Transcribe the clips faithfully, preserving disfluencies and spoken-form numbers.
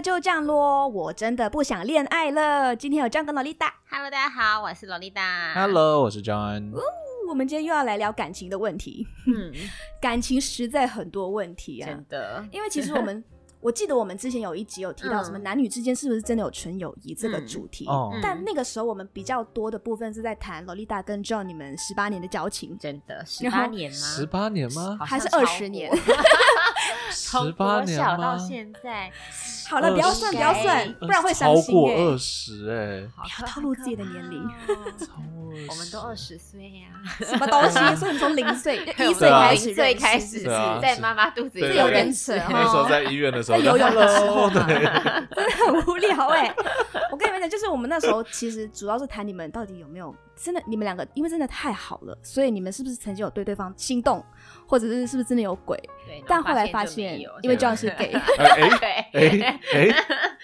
那就这样咯，我真的不想恋爱了。今天有 John 跟萝莉达。 Hello 大家好，我是萝莉达。 Hello 我是 John、 哦、我们今天又要来聊感情的问题。嗯，感情实在很多问题啊， 真的。 因为其实我们我记得我们之前有一集有提到什么男女之间是不是真的有纯友谊这个主题、嗯哦、但那个时候我们比较多的部分是在谈萝莉达跟 John 你们十八年的交情。 真的十八年吗？ 十八年吗？ 还是二十年？ 十八年吗？ 从国小到现在。 好了，不要算，不要算，不然会伤心、欸。 超过二十哎， 不要透露自己的年龄。 我们都二十岁呀， 什么东西？所以你从零岁就一岁开始， 一岁开始在妈妈肚子里有人扯。 那时候在医院的时候， 在游泳的时候，真的很无聊哎、欸。我跟你们讲，就是我们那时候其实主要是谈你们到底有没有真的，你们两个因为真的太好了，所以你们是不是曾经有对对方心动，或者是是不是真的有鬼？ 对， 但后来发现，因为 John 是 gay。 哎哎哎，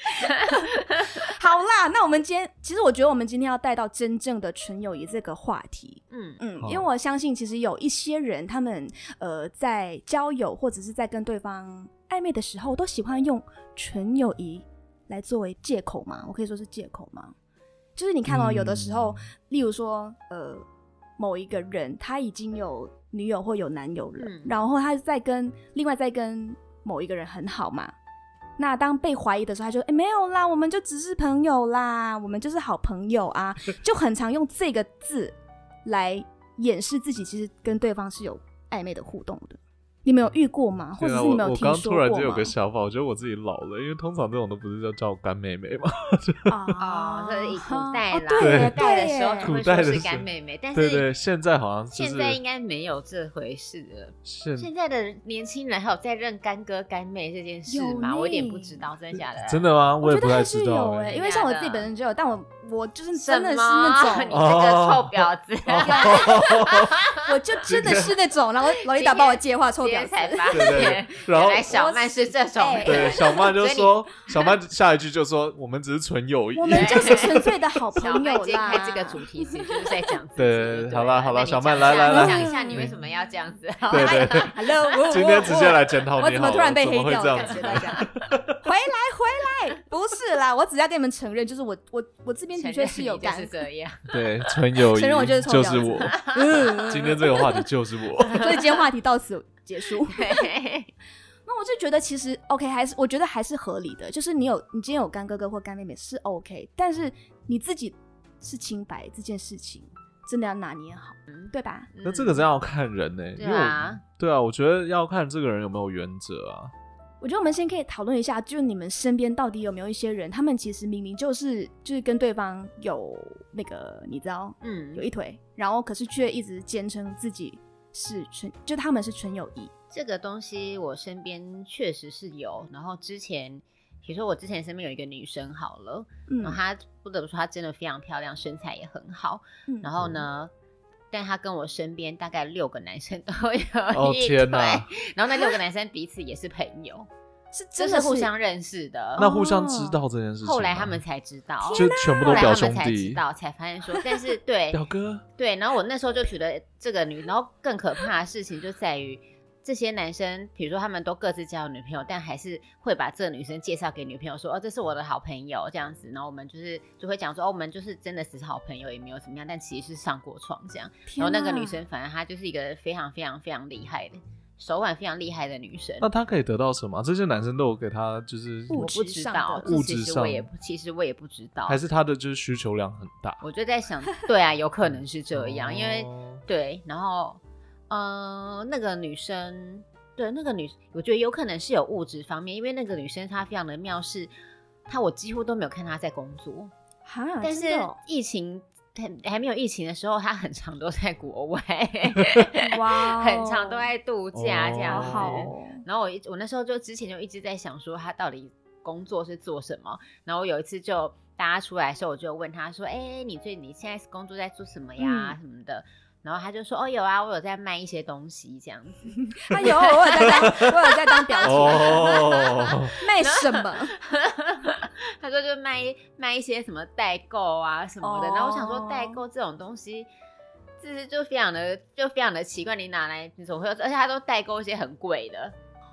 好啦，那我们今天其实我觉得我们今天要带到真正的纯友谊这个话题。嗯嗯，因为我相信其实有一些人他们呃在交友或者是在跟对方暧昧的时候，都喜欢用纯友谊来作为借口嘛，我可以说是借口吗？就是你看到、哦嗯、有的时候例如说呃某一个人他已经有女友或有男友了、嗯、然后他在跟另外在跟某一个人很好嘛，那当被怀疑的时候他就哎、欸、没有啦，我们就只是朋友啦，我们就是好朋友啊，就很常用这个字来掩饰自己其实跟对方是有暧昧的互动的。你们有遇过吗？或者是你们有听说过吗？我刚突然间有个想法，我觉得我自己老了，因为通常这种都不是叫叫干妹妹吗？ 哦，这是以古代啦， 哦、对古代的时候就会说是干妹妹，但是对对，现在好像、就是、 现在应该没有这回事了。现, 现在的年轻人还有在认干哥干妹这件事吗？我有点不知道，真的假的？ 真的吗？我也不太知道、欸。 我觉得还是有哎、欸，因为像我自己本身就有，但我我就是真的是那种你这个臭婊子， 我就真的是那种，然后萝莉达帮我接话，臭婊子。 才发现，然后小曼是这种人。 对，小曼就说，小曼下一句就说，我们只是纯友谊， 我们就是纯粹的好朋友啦。 揭开这个主题其实就是在讲自己。 对，好啦好啦，小曼来来来， 讲一下你为什么要这样子。 对对对 ，Hello， 今天直接来检讨你好了， 我怎么突然被黑掉？ 这样子， 回来回来，不是啦，我只要跟你们承认，就是我我我这边的确是有感， 是这样。 对，纯友谊， 承认我就是臭婊子， 就是我。嗯，今天这个话题就是我， 所以今天话题到此结束。那我就觉得其实 OK， 还是我觉得还是合理的，就是你有你今天有干哥哥或干妹妹是 OK， 但是你自己是清白这件事情真的要拿捏好，嗯、对吧？ 那这个真要看人呢、欸， 对啊， 对啊，我觉得要看这个人有没有原则啊。 我觉得我们先可以讨论一下，就是你们身边到底有没有一些人，他们其实明明就是就是跟对方有那个你知道，嗯，有一腿，然后可是却一直坚称自己是纯，就他们是纯友谊。 这个东西我身边确实是有，然后之前比如说我之前身边有一个女生好了，嗯，然后她不得不说她真的非常漂亮，身材也很好，嗯，然后呢但她跟我身边大概六个男生都有一腿， 哦天哪， 然后那六个男生彼此也是朋友， 是真的是就是互相认识的， 那互相知道这件事情， 后来他们才知道， 就全部都表兄弟， 后来他们才知道，才发现说，但是对表哥， 对，然后我那时候就觉得这个女，然后更可怕的事情就在于这些男生，比如说他们都各自交女朋友，但还是会把这个女生介绍给女朋友说，哦，这是我的好朋友这样子，然后我们就是就会讲说，哦，我们就是真的只是好朋友，也没有怎么样，但其实是上过床这样。然后那个女生，反正她就是一个非常非常非常厉害的。手腕非常厉害的女生， 那她可以得到什么？这些男生都有给她就是我不知道， 物质上我也其实我也不知道， 还是她的就是需求量很大。 我就在想，对啊，有可能是这样，因为对，然后呃，那个女生，对那个女，我觉得有可能是有物质方面，因为那个女生她非常的妙是，她我几乎都没有看她在工作，但是疫情。还没有疫情的时候，他很常都在国外，哇，很常都在度假这样子。哦、然后我我那时候就之前就一直在想说，他到底工作是做什么？然后我有一次就大家出来的时候，我就问他说：“哎、欸，你最你现在工作在做什么呀？嗯、什么的？”然后他就说：“哦，有啊，我有在卖一些东西这样子。” 他有，我有在当，我有在当表姐。哦，卖什么？ 他说就卖卖一些什么代购啊什么的。Oh. 然后我想说，代购这种东西，就是就非常的就非常的奇怪，你拿来你总会，而且他都代购一些很贵的。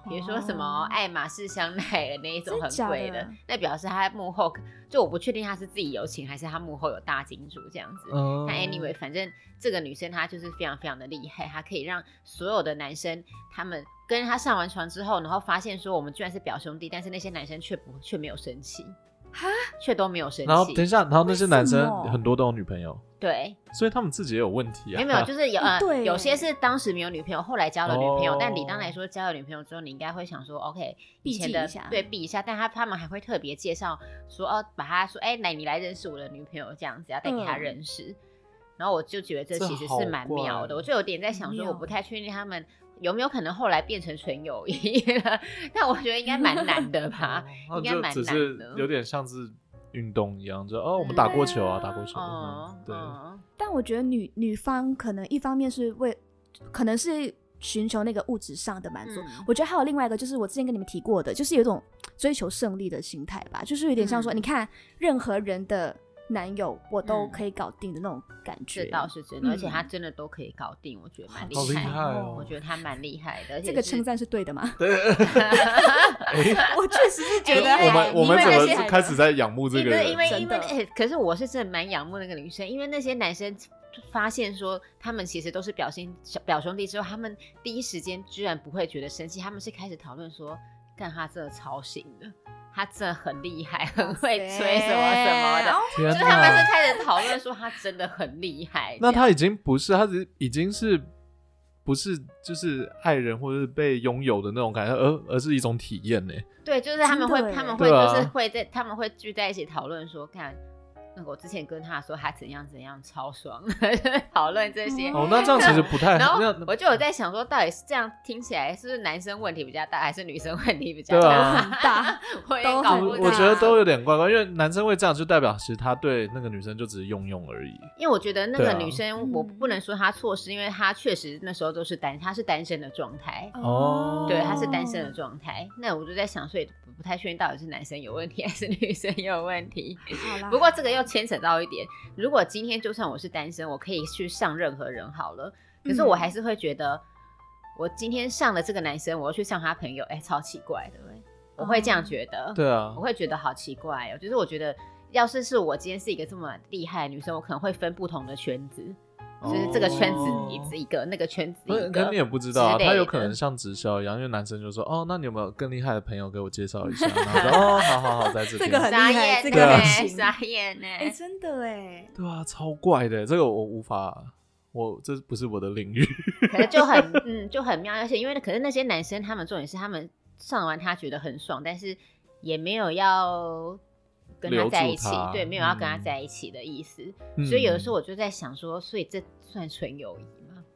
比如说什么爱马仕香奈儿那一种很贵的， 的那表示他幕后就我不确定他是自己有请还是他幕后有大金主这样子。嗯、但 anyway， 反正这个女生她就是非常非常的厉害，她可以让所有的男生他们跟她上完床之后，然后发现说我们居然是表兄弟，但是那些男生却不却没有生气。哈，却都没有生气。 然后等一下，然后那些男生很多都有女朋友， 对， 所以他们自己也有问题啊。 没有没有，就是有呃，有些是当时没有女朋友，后来交了女朋友。哦、但理当来说，交了女朋友之后，你应该会想说 ，OK， 以前的对避一下，但他他们还会特别介绍说，哦，把他说，哎、欸，来你来认识我的女朋友这样子，要带给他认识。嗯、然后我就觉得这其实是蛮妙的，我就有点在想说，我不太确定他们。有没有可能后来变成纯友谊了？但我觉得应该蛮难的吧， 哦、 应该蛮难的。 只是有点像是运动一样，就哦，我们打过球啊，打过球。 嗯、 对。 嗯、 但我觉得女女方可能一方面是为，可能是寻求那个物质上的满足。嗯、我觉得还有另外一个，就是我之前跟你们提过的，就是有一种追求胜利的心态吧，就是有点像说，嗯、你看任何人的男友我都可以搞定的那种感觉。 这倒是真的，嗯、而且他真的都可以搞定，我觉得蛮厉害的。 害哦、 我觉得他蛮厉害的。 这个称赞是对的吗？ 对。 我确实是觉得， 我们我们怎么开始在仰慕这个人？ 因为因为因为，可是我是真的蛮仰慕那个女生，因为那些男生发现说他们其实都是表兄表兄弟之后，他们第一时间居然不会觉得生气，他们是开始讨论说，干他真的超行的。他真的很厉害，很会吹什么什么的，就是他们是开始讨论说他真的很厉害。 那他已经不是，他已经是不是就是爱人或者是被拥有的那种感觉，而而是一种体验呢。 对，就是他们会，他们会就是会在，他们会聚在一起讨论说，看那个我之前跟他说他怎样怎样超爽，讨论这些。 哦，那这样其实不太。 然后我就有在想说，到底是这样听起来，是不是男生问题比较大，还是女生问题比较大？ 啊、 很大， 我也搞不我觉得都有点怪怪，因为男生会这样，就代表其实他对那个女生就只是用用而已。 因为我觉得那个女生，啊、我不能说她错失，因为她确实那时候都是单，她是单身的状态。 哦， 对，她是单身的状态。那我就在想，所以不太确定到底是男生有问题还是女生有问题。不过这个又牵扯到一点，如果今天就算我是单身，我可以去上任何人好了，可是我还是会觉得，我今天上了这个男生，我要去上他朋友，哎、欸，超奇怪的，我会这样觉得。 对啊， 我会觉得好奇怪哦。就是我觉得，要是是我今天是一个这么厉害的女生，我可能会分不同的圈子。就是这个圈子一个，那个圈子一个， 可你也不知道啊，他有可能像直销一样，因为男生就说，哦，那你有没有更厉害的朋友给我介绍一下？然后说，哦，好好好，在这边。 这个很厉害，这个很行， 傻眼呢， 哎，真的哎， 对啊，超怪的，这个我无法，我这不是我的领域， 可是就很嗯就很妙，而且因为可是那些男生他们重点是他们上完他觉得很爽，但是也没有要。跟他在一起，对，没有要跟他在一起的意思，嗯、所以有的时候我就在想说，所以这算纯友谊吗？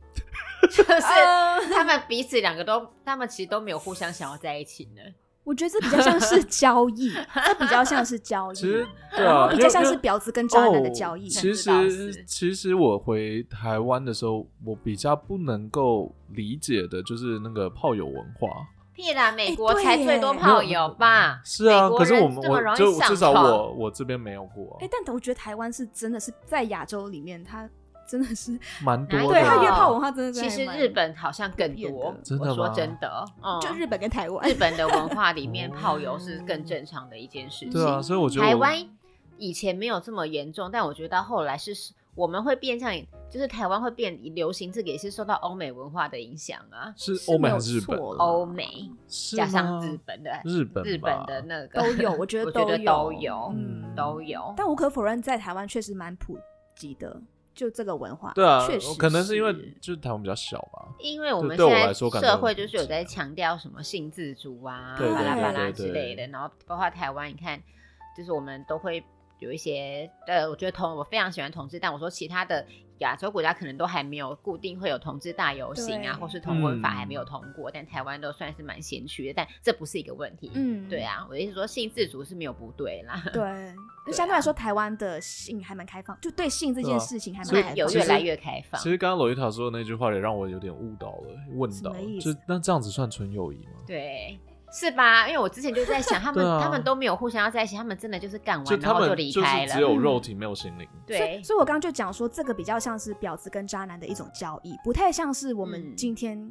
就是他们彼此两个都，他们其实都没有互相想要在一起呢。 我觉得这比较像是交易，这比较像是交易， 其实对啊， 比较像是婊子跟渣男的交易。 哦、其实，其实我回台湾的时候，我比较不能够理解的就是那个炮友文化。 屁啦，美国才最多炮友吧？ 欸、是啊，可是我们我就至少我我这边没有过、啊。 哎、欸，但我觉得台湾是真的是在亚洲里面，它真的是蛮多的。 对，它约炮文化真的其实日本好像更多。 真的吗？ 我说真的， 嗯，就日本跟台湾， 日本的文化里面炮友是更正常的一件事情。 对啊，所以我觉得台湾以前没有这么严重，但我觉得到后来是。我们会变像，就是台湾会变流行，这个也是受到欧美文化的影响啊。 是欧美还是日本？ 欧美加上日本的， 日本日本的那个都有，我觉得都有， 我觉得都有，嗯，都有。 但无可否认，在台湾确实蛮普及的，就这个文化。 对啊， 确实可能是因为就是台湾比较小吧。 因为我们现在社会就是有在强调什么性自主啊、巴拉巴拉之类的，然后包括台湾，你看，就是我们都会。有一些呃，我觉得同我非常喜欢同志，但我说其他的亚洲国家可能都还没有固定会有同志大游行啊，或是同婚法还没有通过，嗯、但台湾都算是蛮先驱的，但这不是一个问题。嗯，对啊，我的意思说性自主是没有不对啦。 对，那相对来说，台湾的性还蛮开放，就对性这件事情还蛮开放， 有越来越开放。 其实刚刚罗伊塔说的那句话也让我有点误导了，问到，就那这样子算纯友谊吗？ 对。是吧？因为我之前就在想，他们、啊、他们都没有互相要在一起，他们真的就是干完然后就离开了， 就是只有肉体没有心灵。 对， 所以，所以我刚刚就讲说，这个比较像是婊子跟渣男的一种交易，不太像是我们今天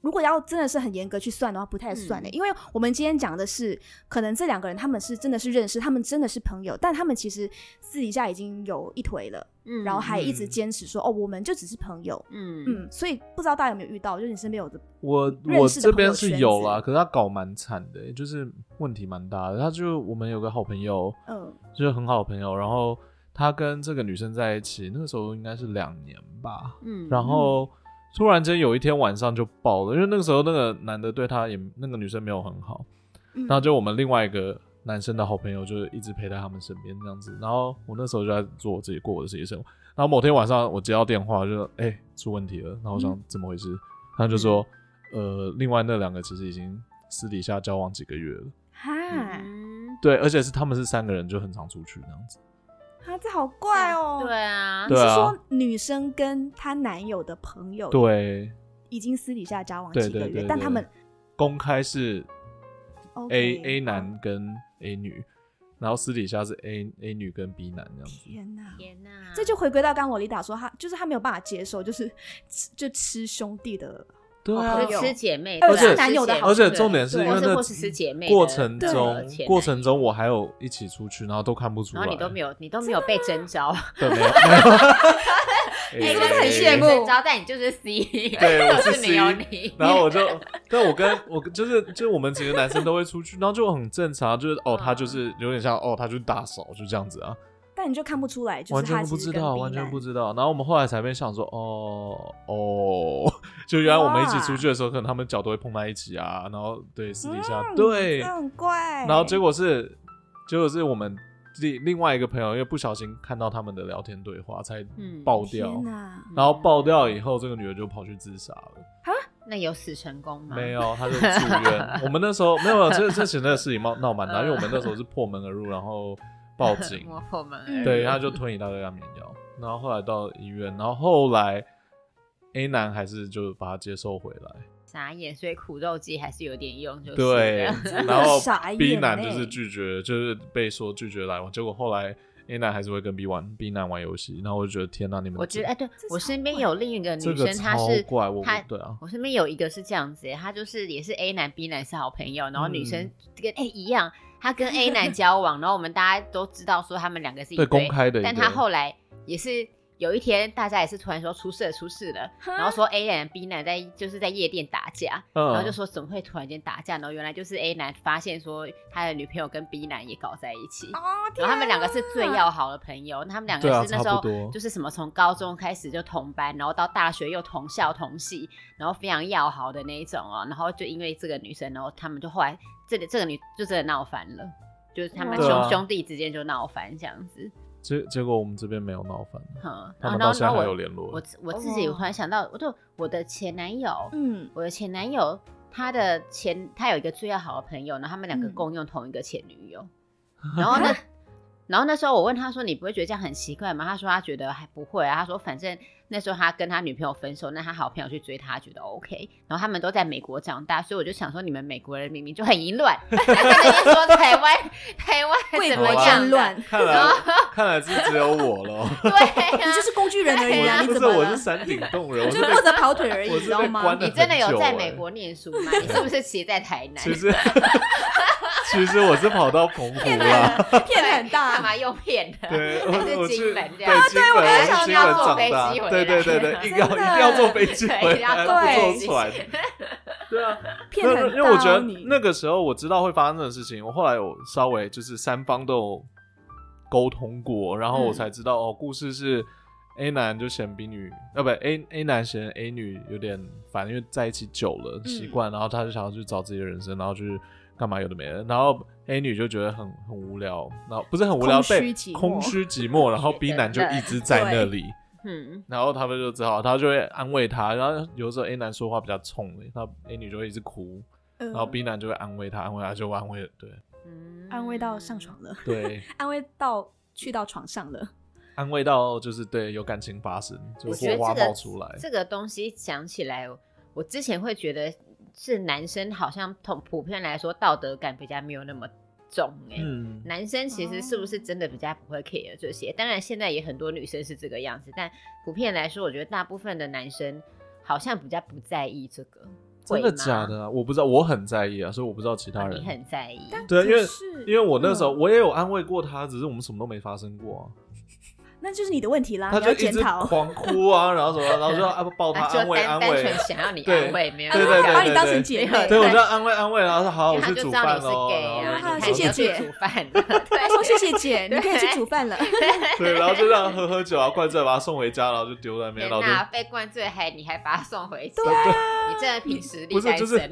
如果要真的是很严格去算的话，不太算的、欸嗯，因为我们今天讲的是，可能这两个人他们是真的是认识，他们真的是朋友，但他们其实私底下已经有一腿了，嗯，然后还一直坚持说、嗯、哦，我们就只是朋友，嗯嗯，所以不知道大家有没有遇到，就是你身边有的我我这边是有啦，可是他搞蛮惨的、欸，就是问题蛮大的。他就我们有个好朋友，嗯，就是很好的朋友，然后他跟这个女生在一起，那个时候应该是两年吧，嗯，然后。嗯突然间有一天晚上就爆了，因为那个时候那个男的对他也那个女生没有很好，嗯、然后就我们另外一个男生的好朋友就一直陪在他们身边这样子，然后我那时候就在做我自己过我的自己生活，然后某天晚上我接到电话就说哎、欸、出问题了，然后我想、嗯、怎么回事，他就说呃另外那两个其实已经私底下交往几个月了，哈、嗯，对，而且是他们是三个人就很常出去那样子。 啊，这好怪哦！ 对啊， 你是说女生跟她男友的朋友对已经私底下交往几个月，对对对对，但他们公开是 A、okay, A 男跟 A 女，然后私底下是 A A 女跟 B 男这样子。 天哪，天哪！这就回归到刚刚我丽达说，他就是他没有办法接受，就是就吃兄弟的。 对啊， 吃姐妹， 而且男友的好， 而且重点是因为那吃姐妹过程中，过程中我还有一起出去，然后都看不出来， 然后你都没有，你都没有被征召， 对，没有，没有。 你是不是很羡慕？ 征召，但你就是 C， 对，我是 C， 没有你。 然后我就，但我跟我就是就是我们几个男生都会出去，然后就很正常，就是哦，他就是有点像哦，他就是大嫂，就这样子啊。 但你就看不出来，就是他完全不知道，完全不知道。然后我们后来才被想说，哦哦，就原来我们一起出去的时候，可能他们脚都会碰在一起啊。然后对，私底下、嗯、对， 很怪。 然后结果是，结果是我们另外一个朋友，因为不小心看到他们的聊天对话，才爆掉。嗯、然后爆掉以后，这个女的就跑去自杀了。 啊？那有死成功吗？ 没有，她就住院。我们那时候没有，这这其实那个事情闹闹蛮大，因为我们那时候是破门而入，然后。报警，对，他就吞一大堆安眠药，然后后来到医院，然后后来 A 男还是就把他接受回来， 傻眼，所以苦肉计还是有点用，就是对，然后 B 男就是拒绝，就是被说拒绝来往，结果后来 A 男还是会跟 B 玩 B 男玩游戏，然后我就觉得天哪，你们我觉得哎，对我身边有另一个女生，她是怪我， 她对啊， 我身边有一个是这样子，她就是也是 A 男 B 男是好朋友，然后女生跟哎、嗯、一样。他跟 A 男交往，然后我们大家都知道说他们两个是一对， 对公开的， 但他后来也是有一天，大家也是突然说出事了，出事了，然后说 A 男 B 男在就是在夜店打架，嗯、然后就说怎么会突然间打架，然后原来就是 A 男发现说他的女朋友跟 B 男也搞在一起，哦、然后他们两个是最要好的朋友，他们两个是那时候就是什么从高中开始就同班，然后到大学又同校同系，然后非常要好的那一种哦，然后就因为这个女生，然后他们就后来这里这个女就真的闹翻了。就是他们兄、啊、兄弟之间就闹翻这样子， 结结果我们这边没有闹翻，嗯，他们到现在还有联络。 我我自己突然想到，我就我的前男友，嗯，我的前男友他的前他有一个最要好的朋友，然后他们两个共用同一个前女友，嗯、然后呢，然后那时候我问他说：“你不会觉得这样很奇怪吗？”他说他觉得还不会啊，他说反正那时候他跟他女朋友分手，那他好朋友去追他，觉得 OK。然后他们都在美国长大，所以我就想说，你们美国人明明就很淫乱，还在那边说台湾台湾怎么样乱？ 看来看来是只有我了。 对、啊， 你就是工具人而已啊！你怎么了？不是，我是山顶洞人，我就负责跑腿而已，你知道吗？ 你真的有在美国念书吗？你是不是其实在台南？ 其实其实我是跑到澎湖啦， 骗得很大， 干嘛又骗的？ 对， 还是金门这样？ 对，金门， 我是金门长大。对对对对，一定要一定要坐飞机回来，不坐船。对啊， 骗很大。 因为我觉得那个时候我知道会发生的事情，我后来有稍微就是三方都有沟通过，然后我才知道、嗯、哦，故事是 A 男就嫌 B 女，啊不 A A 男嫌 A 女有点烦，因为在一起久了习惯、嗯，然后他就想要去找自己的人生，然后去干嘛有的没的，然后 A 女就觉得很很无聊，然后不是很无聊，被空虚寂寞，然后 B 男就一直在那里。嗯，然后他们就只好，他就会安慰他，然后有时候 A 男说话比较冲，那 A 女就会一直哭，呃、然后 B 男就会安慰他，安慰他就安慰，对， 嗯，安慰到上床了， 对， 安慰到去到床上了， 安慰到就是对有感情发生，就火花冒出来。 这个东西讲起来，我之前会觉得是男生好像普遍来说道德感比较没有那么重、欸嗯、男生其实是不是真的比较不会 care 这些、哦、当然现在也很多女生是这个样子，但普遍来说我觉得大部分的男生好像比较不在意这个， 真的假的啊？我不知道，我很在意啊，所以我不知道其他人。 哦、你很在意， 对，因为因为我那时候我也有安慰过他，只是我们什么都没发生过啊。 那就是你的问题啦， 他就一直狂哭啊，然后什么，然后就啊抱他安慰安慰， 单纯想要你安慰，没有对对对， 把你当成姐妹， 对我就安慰安慰，然后说好，我去煮饭喽， 谢谢姐， 煮饭， 他说谢谢姐，你可以去煮饭了， 对，然后就让他喝喝酒啊，灌醉把他送回家，然后就丢在那边，然后就被灌醉还你还把他送回家，你真的凭实力单身。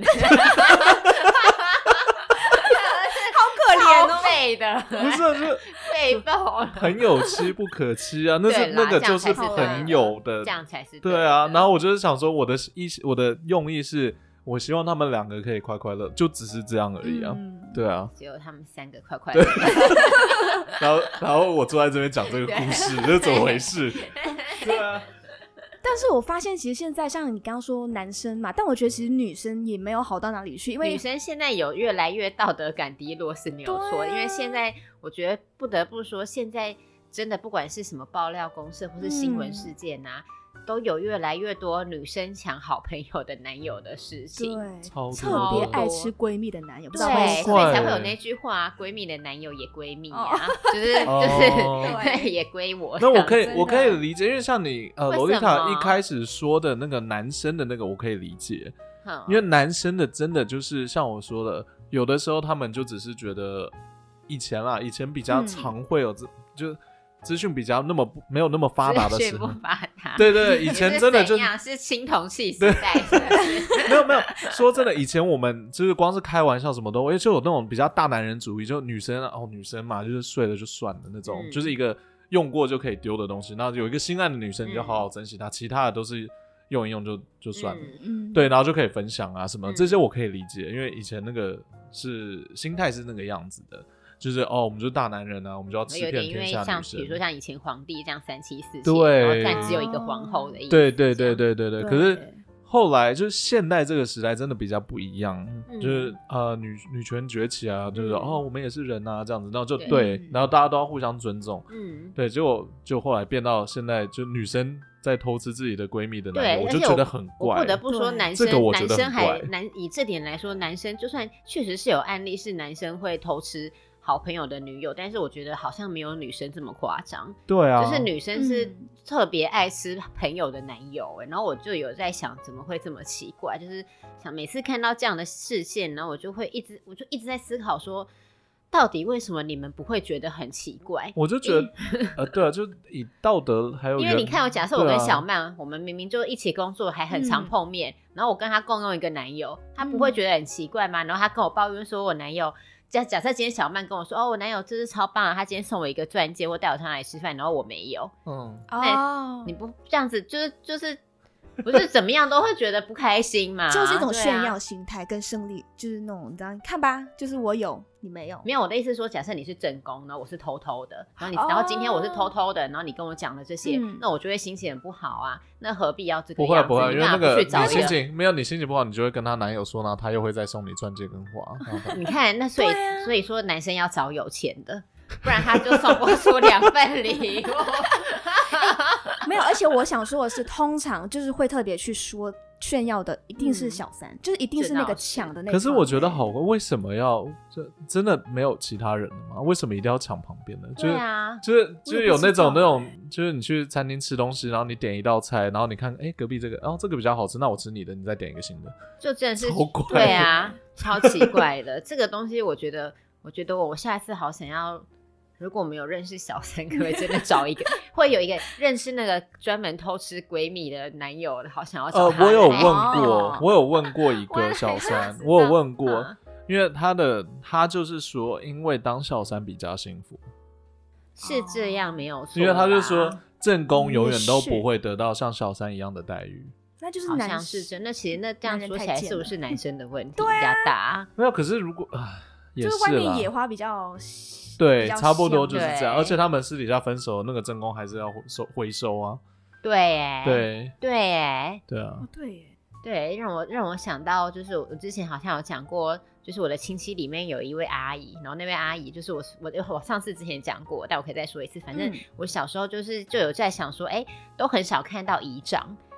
可怜哦， 废的， 不是，就是废爆了， 很有妻不可妻啊，那是那个就是朋友的， 这样才是对啊。然后我就是想说，我的意我的用意是，我希望他们两个可以快快乐，就只是这样而已啊，嗯、对啊。 只有他们三个快快乐。 然后，然后我坐在这边讲这个故事，这是怎么回事？对啊。 但是我发现其实现在像你刚刚说男生嘛，但我觉得其实女生也没有好到哪里去，因为女生现在有越来越道德感低落是没有错、啊、因为现在我觉得不得不说，现在真的不管是什么爆料公社或是新闻事件啊、嗯、都有越来越多女生抢好朋友的男友的事情， 对， 超特别爱吃闺蜜的男友， 对，所以才会有那句话，闺蜜的男友也闺蜜啊、哦、就是就是、哦、对，也归我。 那我可以我可以理解，因为像你呃萝莉塔一开始说的那个男生的那个我可以理解，因为男生的真的就是像我说的，有的时候他们就只是觉得以前啦，以前比较常会有、嗯、就资讯比较那么没有那么发达的时候， 资讯不发达， 对对，以前真的就是是青铜器时代，是不是？ 没有没有，说真的，以前我们就是光是开玩笑什么都，因为就有那种比较大男人主义，就女生哦女生嘛，就是睡了就算了那种、嗯，就是一个用过就可以丢的东西。然后有一个心爱的女生，你就好好珍惜她、嗯，其他的都是用一用就就算了、嗯，对，然后就可以分享啊什么、嗯，这些我可以理解，因为以前那个是心态是那个样子的。就是哦，我们就是大男人啊，我们就要吃遍天下女生。有点因为像比如说像以前皇帝这样三妻四妾， 对， 然后但只有一个皇后的意思。 对对对对对对。可是后来就是现代这个时代真的比较不一样，嗯、就是呃女女权崛起啊，就是、嗯、哦我们也是人啊这样子，然后就 对, 对，然后大家都要互相尊重。嗯，对，结果就后来变到现在，就女生在偷吃自己的闺蜜的男友，我就觉得很怪。 我不得不说，男生、 这个、我觉得男生还男以这点来说，男生就算确实是有案例是男生会偷吃好朋友的女友，但是我觉得好像没有女生这么夸张。 对啊， 就是女生是特别爱吃朋友的男友、欸嗯、然后我就有在想怎么会这么奇怪，就是想每次看到这样的事件，然后我就会一直我就一直在思考说，到底为什么你们不会觉得很奇怪？ 我就觉得呃对啊，就以道德还有因为你看，假设我跟小曼、啊、我们明明就一起工作还很常碰面、嗯、然后我跟他共用一个男友，他不会觉得很奇怪吗？然后他跟我抱怨说我男友假假设今天小曼跟我说，哦，我男友这是超棒啊，他今天送我一个钻戒，我带我他来吃饭，然后我没有，嗯，那你不这样子，就是就是不是怎么样都会觉得不开心嘛？ 就是一种炫耀心态跟胜利，就是那种你知道，你看吧，就是我有你没有。 没有，我的意思是说，假设你是正宫，然后我是偷偷的，然后你、哦、然后今天我是偷偷的，然后你跟我讲了这些、嗯，那我就会心情很不好啊。那何必要这个样子？ 不会不会，因为那个你心情没有你心情不好，你就会跟她男友说，然后他又会再送你钻戒跟花。 你看，那所以、啊、所以说男生要找有钱的，不然他就送不出两份礼物。 没有，而且我想说的是，通常就是会特别去说炫耀的，一定是小三，嗯、就是一定是那个抢的那个。 可是我觉得好，为什么要就真的没有其他人了吗？为什么一定要抢旁边的？就是、 对啊， 就是就是有那种那种，就是你去餐厅吃东西，然后你点一道菜，然后你看，哎、欸，隔壁这个，哦，这个比较好吃，那我吃你的，你再点一个新的， 就真的是超怪， 对啊，超奇怪的。这个东西，我觉得，我觉得我我下次好想要。如果我们有认识小三，可不可以真的找一个会有一个认识那个专门偷吃闺蜜的男友，好想要找他。 呃，我有问过，哦、我有问过一个小三，我, 我有问过、嗯，因为他的他就是说，因为当小三比较幸福， 是这样没有错。 因为他就说，正宫永远都不会得到像小三一样的待遇。 那就是男好像是真的，其实那这样说起来，是不是男生的问题比较大？ 没有，可是如果啊，也是就是外面野花比较。 对，差不多就是这样，而且他们私底下分手，那个正宫还是要收回收啊。 对耶， 对对耶， 对啊， 哦、对耶， 对，让我让我想到，就是我之前好像有讲过，就是我的亲戚里面有一位阿姨，然后那位阿姨就是我我我上次之前讲过，但我可以再说一次，反正我小时候就是就有在想说，哎，都很少看到姨丈。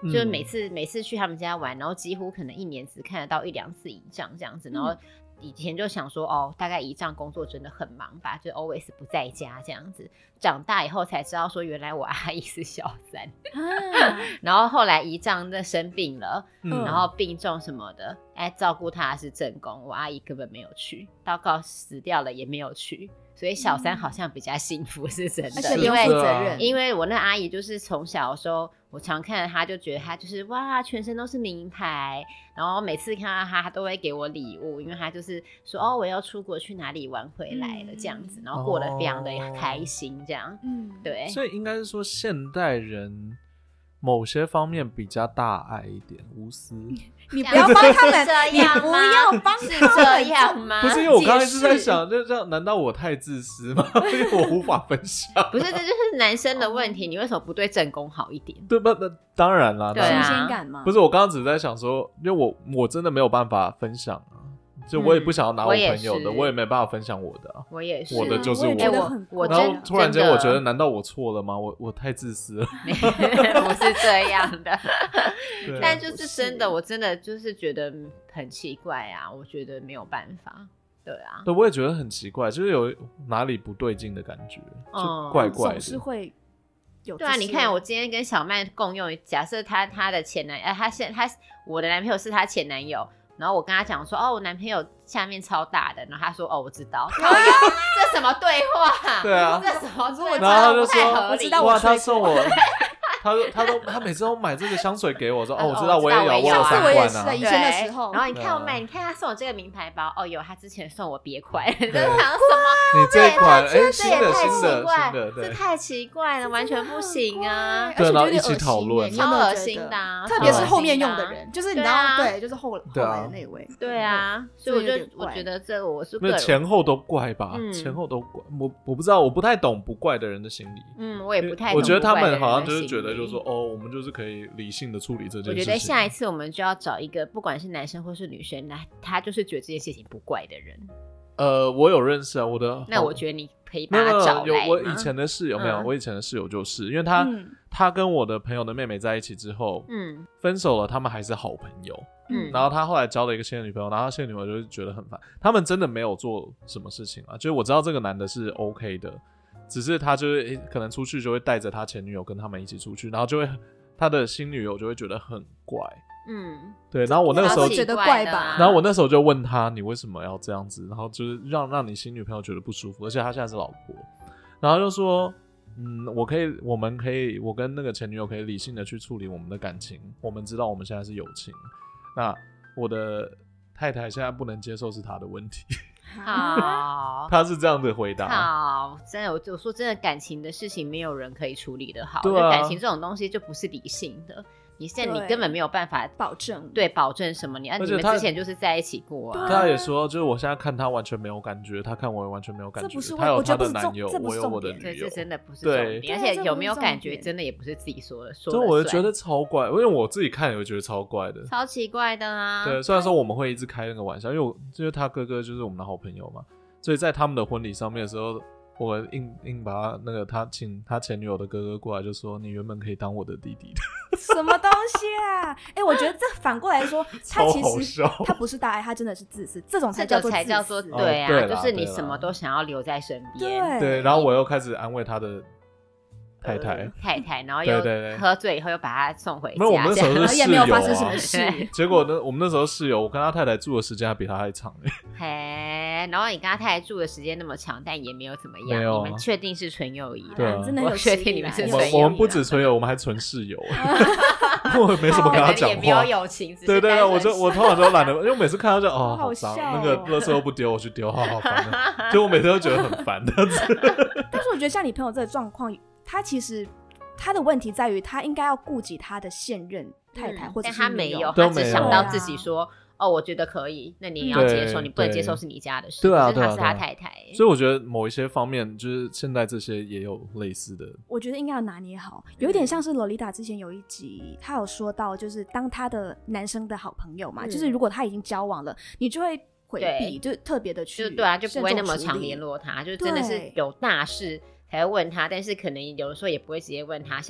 嗯、就是每次每次去他们家玩，然后几乎可能一年只看得到一两次姨丈这样子，然后以前就想说哦，大概姨丈工作真的很忙吧，就 always 不在家这样子。长大以后才知道说，原来我阿姨是小三，啊、然后后来姨丈在生病了，嗯、然后病重什么的，哎，照顾他是正宫，我阿姨根本没有去，到告死掉了也没有去。所以小三好像比较幸福，是真的， 而且不用负责任。 因为我那阿姨就是从小的时候，我常看着她，就觉得她就是哇，全身都是名牌，然后每次看到她，她都会给我礼物，因为她就是说哦，我要出国去哪里玩回来了、嗯、这样子，然后过得非常的开心，这样，嗯，对。 所以应该是说现代人某些方面比较大爱一点，无私。 你不要帮他们，你不要帮是这样吗？ 不是，因为我刚才一直在想，就这样，难道我太自私吗？因为我无法分享。 不是，这就是男生的问题，你为什么不对正宫好一点？ 对吧？当然啦， 对啊， 新鲜感嘛。 不是，我刚刚只是在想说，因为我我真的没有办法分享啊。就我也不想要拿我朋友的、嗯、我, 我也没办法分享我的、啊、 我也是我的就是我、 欸、 我然后突然间我觉得难道我错了吗？我我太自私了不是这样的但就是真的我真的就是觉得很奇怪啊，我觉得没有办法。对啊， 对，我也觉得很奇怪，就是有哪里不对劲的感觉、嗯、就怪怪的， 总是会有。 对啊，你看我今天跟小曼共用，假设他他的前男呃，他现他我的男朋友是他前男友，然后我跟他讲说，哦，我男朋友下面超大的，然后他说，哦，我知道。这什么对话？ 对啊， 这什么对话？ 然后他就说， 我知道哇，他送我。他说：“他都他每次都买这个香水给我，说哦，我知道，我也有，我有三罐啊。 以前的时候， 然后你看我买，你看他送我这个名牌包，哦，有他之前送我别款，这是什么？ 你这一款，哎， 新的新的新的， 这太奇怪了，完全不行啊！ 对，然后一起讨论， 超恶心的， 特别是后面用的人，就是你知道，对，就是后后来的那位， 对啊，所以我就我觉得这个我是那前后都怪吧，前后都怪，我我不知道，我不太懂不怪的人的心理， 嗯，我也不太懂， 我觉得他们好像就是觉得，就是说，哦，我们就是可以理性的处理这件事情。 我觉得下一次我们就要找一个不管是男生或是女生，那他就是觉得这件事情不怪的人。 呃，我有认识啊，我的那我觉得你可以把他找来。 有我以前的室友没有，嗯、我以前的室友就是，因为他、嗯、他跟我的朋友的妹妹在一起之后，嗯，分手了，他们还是好朋友，嗯，然后他后来交了一个新的女朋友，然后新的女朋友就觉得很烦，他们真的没有做什么事情啊，就是我知道这个男的是 OK 的，只是他就是可能出去就会带着他前女友跟他们一起出去，然后就会。他的新女友就会觉得很怪，嗯，对，然后我那个时候觉得怪吧， 然后我那时候就问他，你为什么要这样子？然后就是让让你新女朋友觉得不舒服，而且他现在是老婆，然后就说，嗯，我可以，我们可以，我跟那个前女友可以理性的去处理我们的感情，我们知道我们现在是友情，那我的太太现在不能接受是她的问题。 好， 他是这样的回答。 好，真的，我说真的，感情的事情没有人可以处理的好。 对啊， 感情这种东西就不是理性的，你现在你根本没有办法保证， 对，保证什么？你啊，你们之前就是在一起过啊。 他也说，就是我现在看他完全没有感觉，他看我完全没有感觉。 这不是他有他的男友，我有我的女友， 这真的不是重点。而且有没有感觉，真的也不是自己说的说的算。 所以我就觉得超怪，因为我自己看也会觉得超怪的， 超奇怪的啊。 对，虽然说我们会一直开那个玩笑，因为我就是他哥哥就是我们的好朋友嘛。所以在他们的婚礼上面的时候，我硬硬把他那个他请他前女友的哥哥过来，就说你原本可以当我的弟弟的。 什么东西啊？哎、欸，我觉得这反过来说，他其实他不是大爱，他真的是自私，这种才叫做自私。 才叫做对啊、哦，就是你什么都想要留在身边。 对对，然后我又开始安慰他的。太太、呃、 太太，然后又喝醉以后又把他送回家， 没有，我们那时候是室友、啊、 也没有发生什么事。 结果呢，我们那时候室友，我跟他太太住的时间还比他还长哎。 嘿，然后你跟他太太住的时没那么长，但也没有怎么样。 没有、啊， 你们确定是纯友谊？ 对、啊， 真的有我确定你们是纯友谊。 我们不止纯友，我们还纯室友。我没什么跟他讲话， 也没有友情。 对对对，我就我通常都懒得，因为每次看到就哦好脏， 那个垃圾都不丢，我去丢，好好烦的。就我每次都觉得很烦的。 但是我觉得像你朋友这个状况，他其实。他的问题在于，他应该要顾及他的现任太太，嗯、或者是但他没有，他只想到自己说，哦，我觉得可以，那你也要接受，你不能接受是你家的事。 对啊， 可是他是他太太、欸， 所以我觉得某一些方面，就是现在这些也有类似的。 我觉得应该要拿捏好，有一点像是洛丽塔之前有一集，他有说到，就是当他的男生的好朋友嘛，嗯、就是如果他已经交往了，你就会回避，就特别的去， 就对啊，就不会那么常联络他，就真的是有大事。才会问他，但是可能有的时候也不会直接问他。像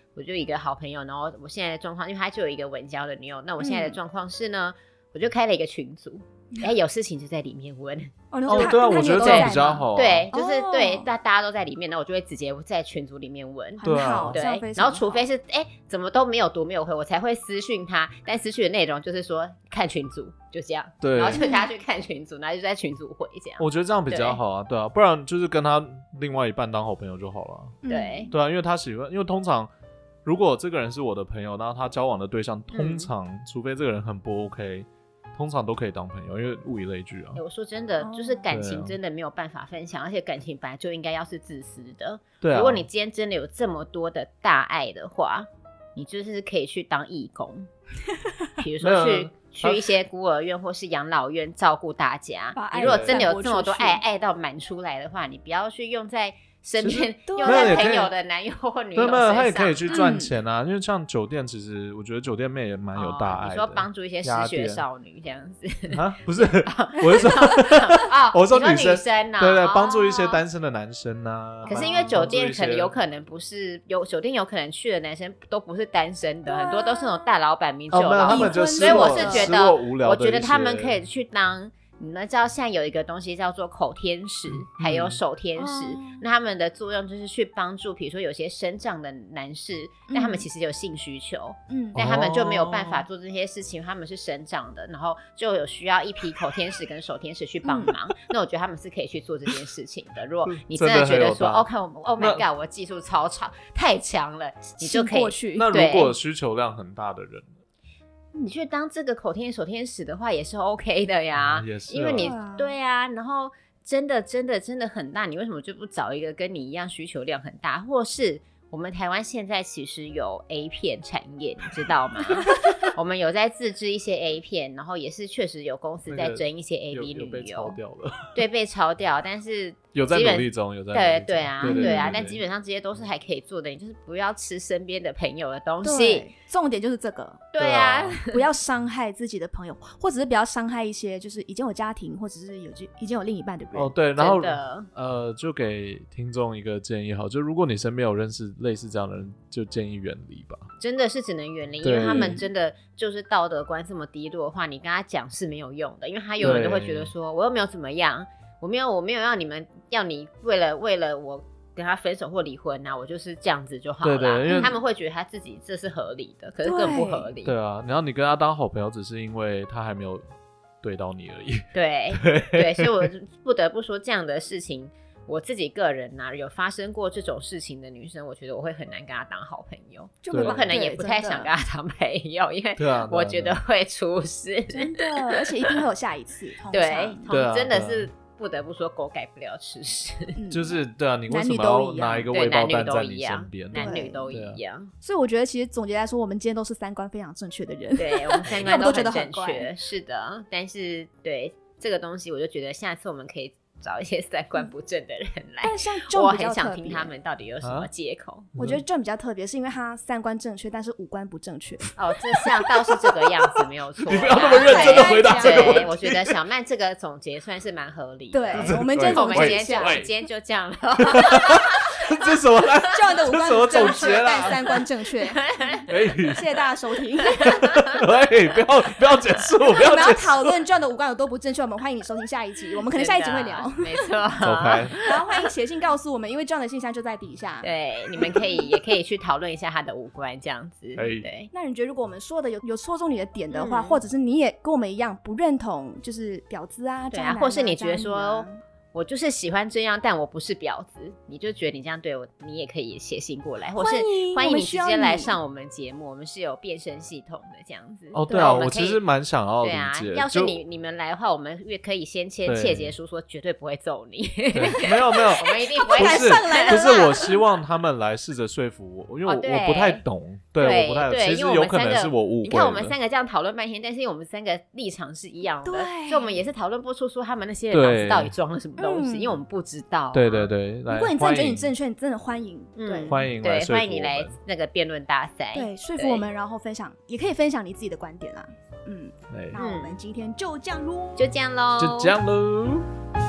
我就一个好朋友，然后我现在的状况，因为他就有一个稳交的女友，那我现在的状况是呢，嗯、我就开了一个群组。哎、欸，有事情就在里面问。 哦， 对啊，我觉得这样比较好、啊。 对，就是、哦、对，大大家都在里面，那我就会直接在群组里面问。 很好， 对。然后除非是哎、欸，怎么都没有读没有回，我才会私讯他。但私讯的内容就是说看群组，就这样。 对。 然后就大家去看群组，然后就在群组回这样。 我觉得这样比较好啊，对啊，不然就是跟他另外一半当好朋友就好了。 对。 对啊，因为他喜欢，因为通常如果这个人是我的朋友，然后他交往的对象，通常、嗯、除非这个人很不 OK。通常都可以当朋友，因为物以类聚啊。 欸、我说真的，就是感情真的没有办法分享，啊、而且感情本来就应该要是自私的。 对啊。 如果你今天真的有这么多的大爱的话，你就是可以去当义工，比如说去去一些孤儿院或是养老院照顾大家。你如果真的有这么多爱，爱到满出来的话，你不要去用在。身边用在朋友的男友或女友身上， 对，没有，他也可以去赚钱啊、嗯。因为像酒店，其实我觉得酒店妹也蛮有大爱的。哦、 你说帮助一些失学少女这样子啊？不是，我是说， 哦、 我说女生，女生啊， 对对，帮助一些单身的男生啊。 可是因为酒店可能有可能不是有酒店有可能去的男生都不是单身的，很多都是那种大老板、名酒老板，所以我是觉得，我觉得他们可以去当。你们知道现在有一个东西叫做口天使、嗯、还有手天使、嗯、那他们的作用就是去帮助比如说有些身障的男士、嗯、但他们其实有性需求、嗯、但他们就没有办法做这些事情、哦、他们是身障的，然后就有需要一批口天使跟手天使去帮忙、嗯、那我觉得他们是可以去做这件事情的。如果你真的觉得说 OK Oh my god 我技术超强太强了，你就可以去。 那如果需求量很大的人， 你去当这个口天手天使的话也是 OK 的呀、 嗯、也是、啊、 因为你对啊，然后真的真的真的很大，你为什么就不找一个跟你一样需求量很大，或是我们台湾现在其实有 A 片产业，你知道吗？我们有在自制一些 A 片，然后也是确实有公司在争一些 A V 女优、那个、 被抄掉了， 对，被抄掉，但是有在努力中，有在努力中， 对对啊，对, 对, 对, 对啊，但基本上这些都是还可以做的，你就是不要吃身边的朋友的东西， 重点就是这个， 对啊， 不要伤害自己的朋友，或者是不要伤害一些就是已经有家庭或者是有已经有另一半的人。 哦，对，然后呃，就给听众一个建议，好，就如果你身边有认识类似这样的人，就建议远离吧。 真的是只能远离，因为他们真的就是道德观这么低落的话，你跟他讲是没有用的，因为他永远都会觉得说，我又没有怎么样，我没有我没有要你们要你为了为了我跟他分手或离婚啊，我就是这样子就好了。对对，因为他们会觉得他自己这是合理的，可是更不合理。 对啊，然后你跟他当好朋友，只是因为他还没有对到你而已。 对 对, 对，所以我不得不说这样的事情。我自己个人啊，有发生过这种事情的女生，我觉得我会很难跟她当好朋友，就我可能也不太想跟她当朋友，因为我觉得会出事， 真的，而且一定会有下一次。 对，真的是不得不说狗改不了吃屎， 就是对啊，你为什么要拿一个未爆弹在你身边？ 男女都一样， 所以我觉得其实总结来说，我们今天都是三观非常正确的人， 对，我们三观都很正确，是的。但是对这个东西，我就觉得下次我们可以找一些三观不正的人来， 但像我很想听他们到底有什么借口、啊、 我觉得 John 比较特别是因为他三观正确但是五官不正确哦，这像倒是这个样子没有错你不要那么认真的回答这个问题。 对，我觉得小曼这个总结算是蛮合理的。 对，我们今天我们今天就我们今天就这样了这是什么 John 的五官不正确但三观正确谢谢大家收听喂，不要不要结束，不要结束，我们要讨论 John 的五官有多不正确，我们欢迎你收听下一集，我们可能下一集会聊， 没错走开然后欢迎写信告诉我们，因为 John 的信箱就在底下， 对，你们可以也可以去讨论一下他的五官这样子。对， 那你觉得如果我们说的有有戳中你的点的话、嗯、或者是你也跟我们一样不认同就是婊子啊对啊，或是你觉得说我就是喜欢这样但我不是婊子，你就觉得你这样对我，你也可以写信过来，或是欢迎你直接来上我们节目，我们是有变声系统的这样子。 哦对啊，我其实蛮想要理解， 对啊，要是你你们来的话，我们也可以先签切结书说绝对不会揍你没有没有我们一定不会敢上来的，不是我希望他们来试着说服我，因为 我,、哦、我不太懂，对, 对我不太懂，其实有可能是我误会了。 你看我们三个这样讨论半天，但是因为我们三个立场是一样的，所以我们也是讨论不出说他们那些人脑子到底装了什么东西，因为我们不不知道、啊、 对对对， 如果你真的觉得你正确，你真的欢迎，对， 欢迎对，欢迎你来那个辩论大赛， 对，说服我们，然后分享，也可以分享你自己的观点啊。嗯，那我们今天就这样咯， 就这样咯， 就这样咯。